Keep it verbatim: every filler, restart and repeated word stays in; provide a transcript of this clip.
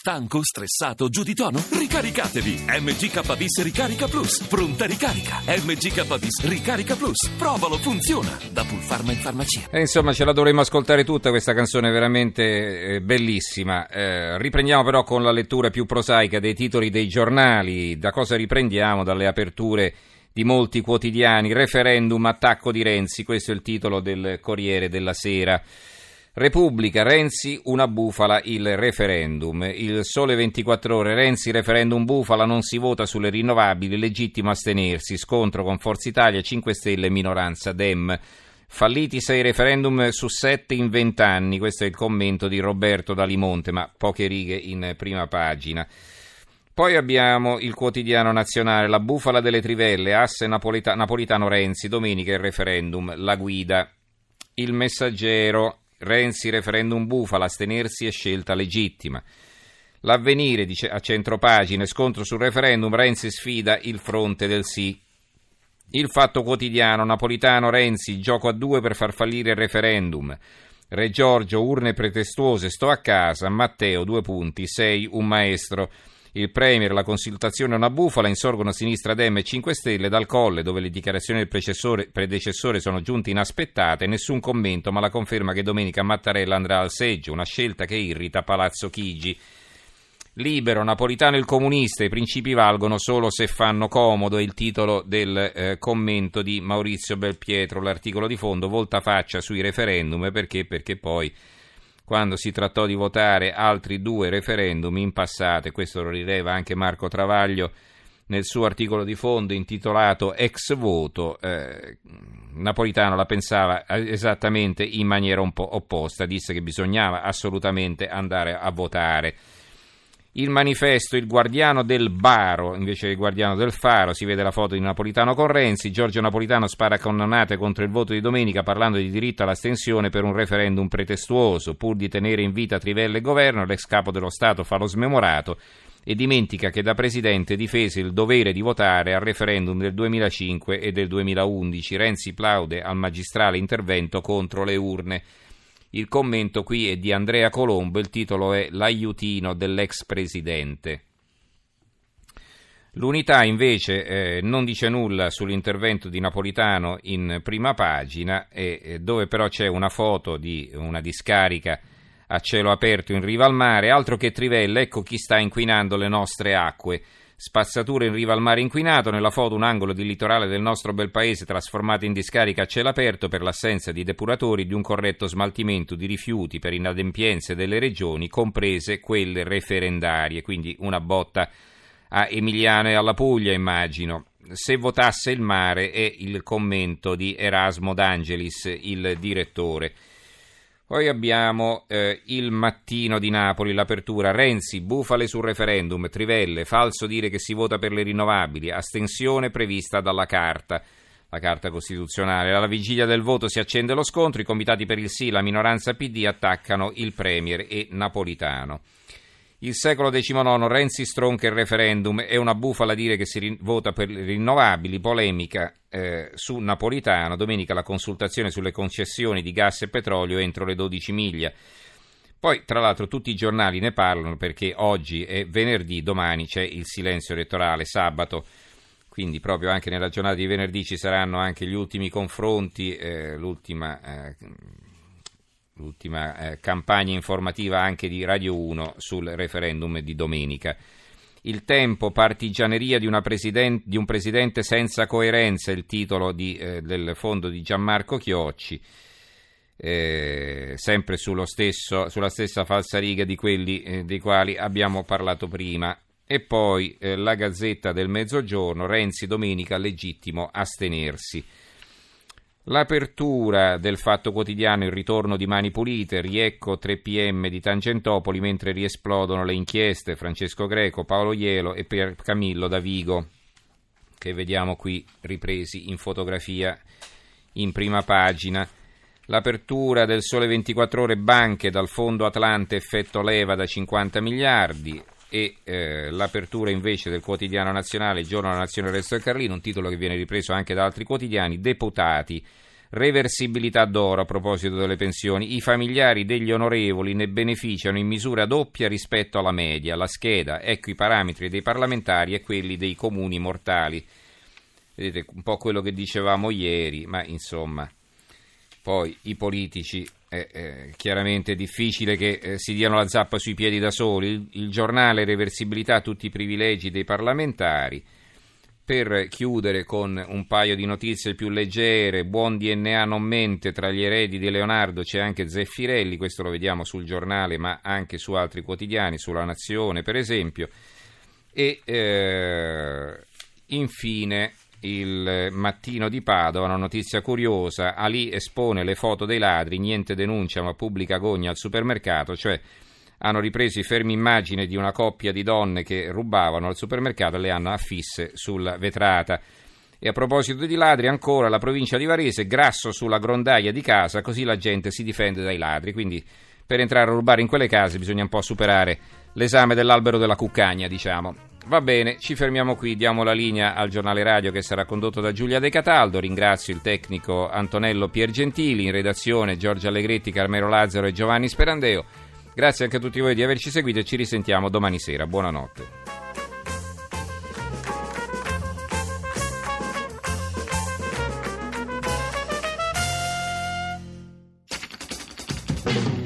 Stanco, stressato, giù di tono? Ricaricatevi! M G K Bis Ricarica Plus. Pronta ricarica. M G K Bis Ricarica Plus. Provalo, funziona. Da Pulpharma in farmacia. E insomma, ce la dovremmo ascoltare tutta questa canzone veramente eh, bellissima. Eh, riprendiamo però con la lettura più prosaica dei titoli dei giornali. Da cosa riprendiamo? Dalle aperture di molti quotidiani. Referendum, attacco di Renzi. Questo è il titolo del Corriere della Sera. Repubblica, Renzi, una bufala il referendum. Il Sole ventiquattro Ore, Renzi, referendum bufala, non si vota sulle rinnovabili, legittimo astenersi, scontro con Forza Italia, cinque Stelle, minoranza Dem. Falliti sei referendum su sette in vent'anni, questo è il commento di Roberto Dalimonte, ma poche righe in prima pagina. Poi abbiamo il Quotidiano Nazionale, la bufala delle trivelle, asse Napolita- Napolitano-Renzi, domenica il referendum, la guida. Il Messaggero, Renzi, referendum bufala, astenersi è scelta legittima. L'Avvenire dice a centropagine, scontro sul referendum, Renzi sfida il fronte del sì. Il Fatto Quotidiano, Napolitano, Renzi, gioco a due per far fallire il referendum. Re Giorgio, urne pretestuose, sto a casa. Matteo, due punti, sei un maestro. Il Premier, la consultazione è una bufala, insorgono a sinistra Dem e cinque Stelle. Dal Colle, dove le dichiarazioni del predecessore sono giunte inaspettate, nessun commento, ma la conferma che domenica Mattarella andrà al seggio, una scelta che irrita Palazzo Chigi. Libero, Napolitano il comunista, i principi valgono solo se fanno comodo, è il titolo del eh, commento di Maurizio Belpietro. L'articolo di fondo, voltafaccia sui referendum, perché? Perché poi quando si trattò di votare altri due referendum in passato, e questo lo rileva anche Marco Travaglio nel suo articolo di fondo intitolato Ex voto, eh, Napolitano la pensava esattamente in maniera un po' opposta, disse che bisognava assolutamente andare a votare. Il Manifesto, il guardiano del Baro, invece del guardiano del Faro, si vede la foto di Napolitano con Renzi. Giorgio Napolitano spara cannonate contro il voto di domenica parlando di diritto all'astensione per un referendum pretestuoso. Pur di tenere in vita Trivella e governo, l'ex capo dello Stato fa lo smemorato e dimentica che da presidente difese il dovere di votare al referendum del duemilacinque e del duemilaundici. Renzi plaude al magistrale intervento contro le urne. Il commento qui è di Andrea Colombo, il titolo è L'aiutino dell'ex presidente. L'Unità invece eh, non dice nulla sull'intervento di Napolitano in prima pagina, e, e dove però c'è una foto di una discarica a cielo aperto in riva al mare, altro che trivelle, ecco chi sta inquinando le nostre acque. Spazzatura in riva al mare inquinato, nella foto un angolo di litorale del nostro bel paese trasformato in discarica a cielo aperto per l'assenza di depuratori e di un corretto smaltimento di rifiuti per inadempienze delle regioni, comprese quelle referendarie, quindi una botta a Emiliano e alla Puglia, immagino. Se votasse il mare è il commento di Erasmo D'Angelis, il direttore. Poi abbiamo eh, il Mattino di Napoli, l'apertura, Renzi, bufale sul referendum, trivelle, falso dire che si vota per le rinnovabili, astensione prevista dalla Carta, la Carta Costituzionale. Alla vigilia del voto si accende lo scontro, i comitati per il sì, la minoranza P D attaccano il Premier e Napolitano. Il Secolo diciannove, Renzi stronca il referendum, è una bufala dire che si rin- vota per le rinnovabili, polemica eh, su Napolitano, domenica la consultazione sulle concessioni di gas e petrolio entro le dodici miglia. Poi tra l'altro tutti i giornali ne parlano perché oggi è venerdì, domani c'è il silenzio elettorale, sabato, quindi proprio anche nella giornata di venerdì ci saranno anche gli ultimi confronti, eh, l'ultima... Eh, L'ultima eh, campagna informativa anche di Radio uno sul referendum di domenica. Il Tempo, partigianeria di, una president- di un presidente senza coerenza, il titolo di, eh, del fondo di Gianmarco Chiocci, eh, sempre sullo stesso, sulla stessa falsariga di quelli eh, dei quali abbiamo parlato prima. E poi eh, la Gazzetta del Mezzogiorno, Renzi domenica legittimo astenersi. L'apertura del Fatto Quotidiano, il ritorno di Mani Pulite, riecco tre P M di Tangentopoli mentre riesplodono le inchieste, Francesco Greco, Paolo Ielo e Pier Camillo da Vigo, che vediamo qui ripresi in fotografia in prima pagina. L'apertura del Sole ventiquattro Ore, banche dal fondo Atlante, effetto leva da cinquanta miliardi. E eh, l'apertura invece del Quotidiano Nazionale, Giorno della Nazione, il resto del Carlino, un titolo che viene ripreso anche da altri quotidiani, deputati, Reversibilità d'oro a proposito delle pensioni. I familiari degli onorevoli ne beneficiano in misura doppia rispetto alla media. La scheda, ecco i parametri dei parlamentari e quelli dei comuni mortali. Vedete, un po' quello che dicevamo ieri, ma insomma, poi i politici è eh, chiaramente difficile che eh, si diano la zappa sui piedi da soli. Il, il giornale reversibilità tutti i privilegi dei parlamentari. Per chiudere con un paio di notizie più leggere, buon D N A non mente, tra gli eredi di Leonardo c'è anche Zeffirelli, questo lo vediamo sul giornale ma anche su altri quotidiani, sulla Nazione per esempio, e eh, infine il Mattino di Padova, una notizia curiosa, Ali espone le foto dei ladri, niente denuncia ma pubblica gogna al supermercato, cioè hanno ripreso i fermi immagine di una coppia di donne che rubavano al supermercato e le hanno affisse sulla vetrata. E a proposito di ladri, ancora la provincia di Varese, grasso sulla grondaia di casa, così la gente si difende dai ladri. Quindi per entrare a rubare in quelle case bisogna un po' superare l'esame dell'albero della cuccagna, diciamo. Va bene, ci fermiamo qui, diamo la linea al giornale radio che sarà condotto da Giulia De Cataldo. Ringrazio il tecnico Antonello Piergentili, in redazione Giorgio Allegretti, Carmelo Lazzaro e Giovanni Sperandeo. Grazie anche a tutti voi di averci seguito e ci risentiamo domani sera. Buonanotte.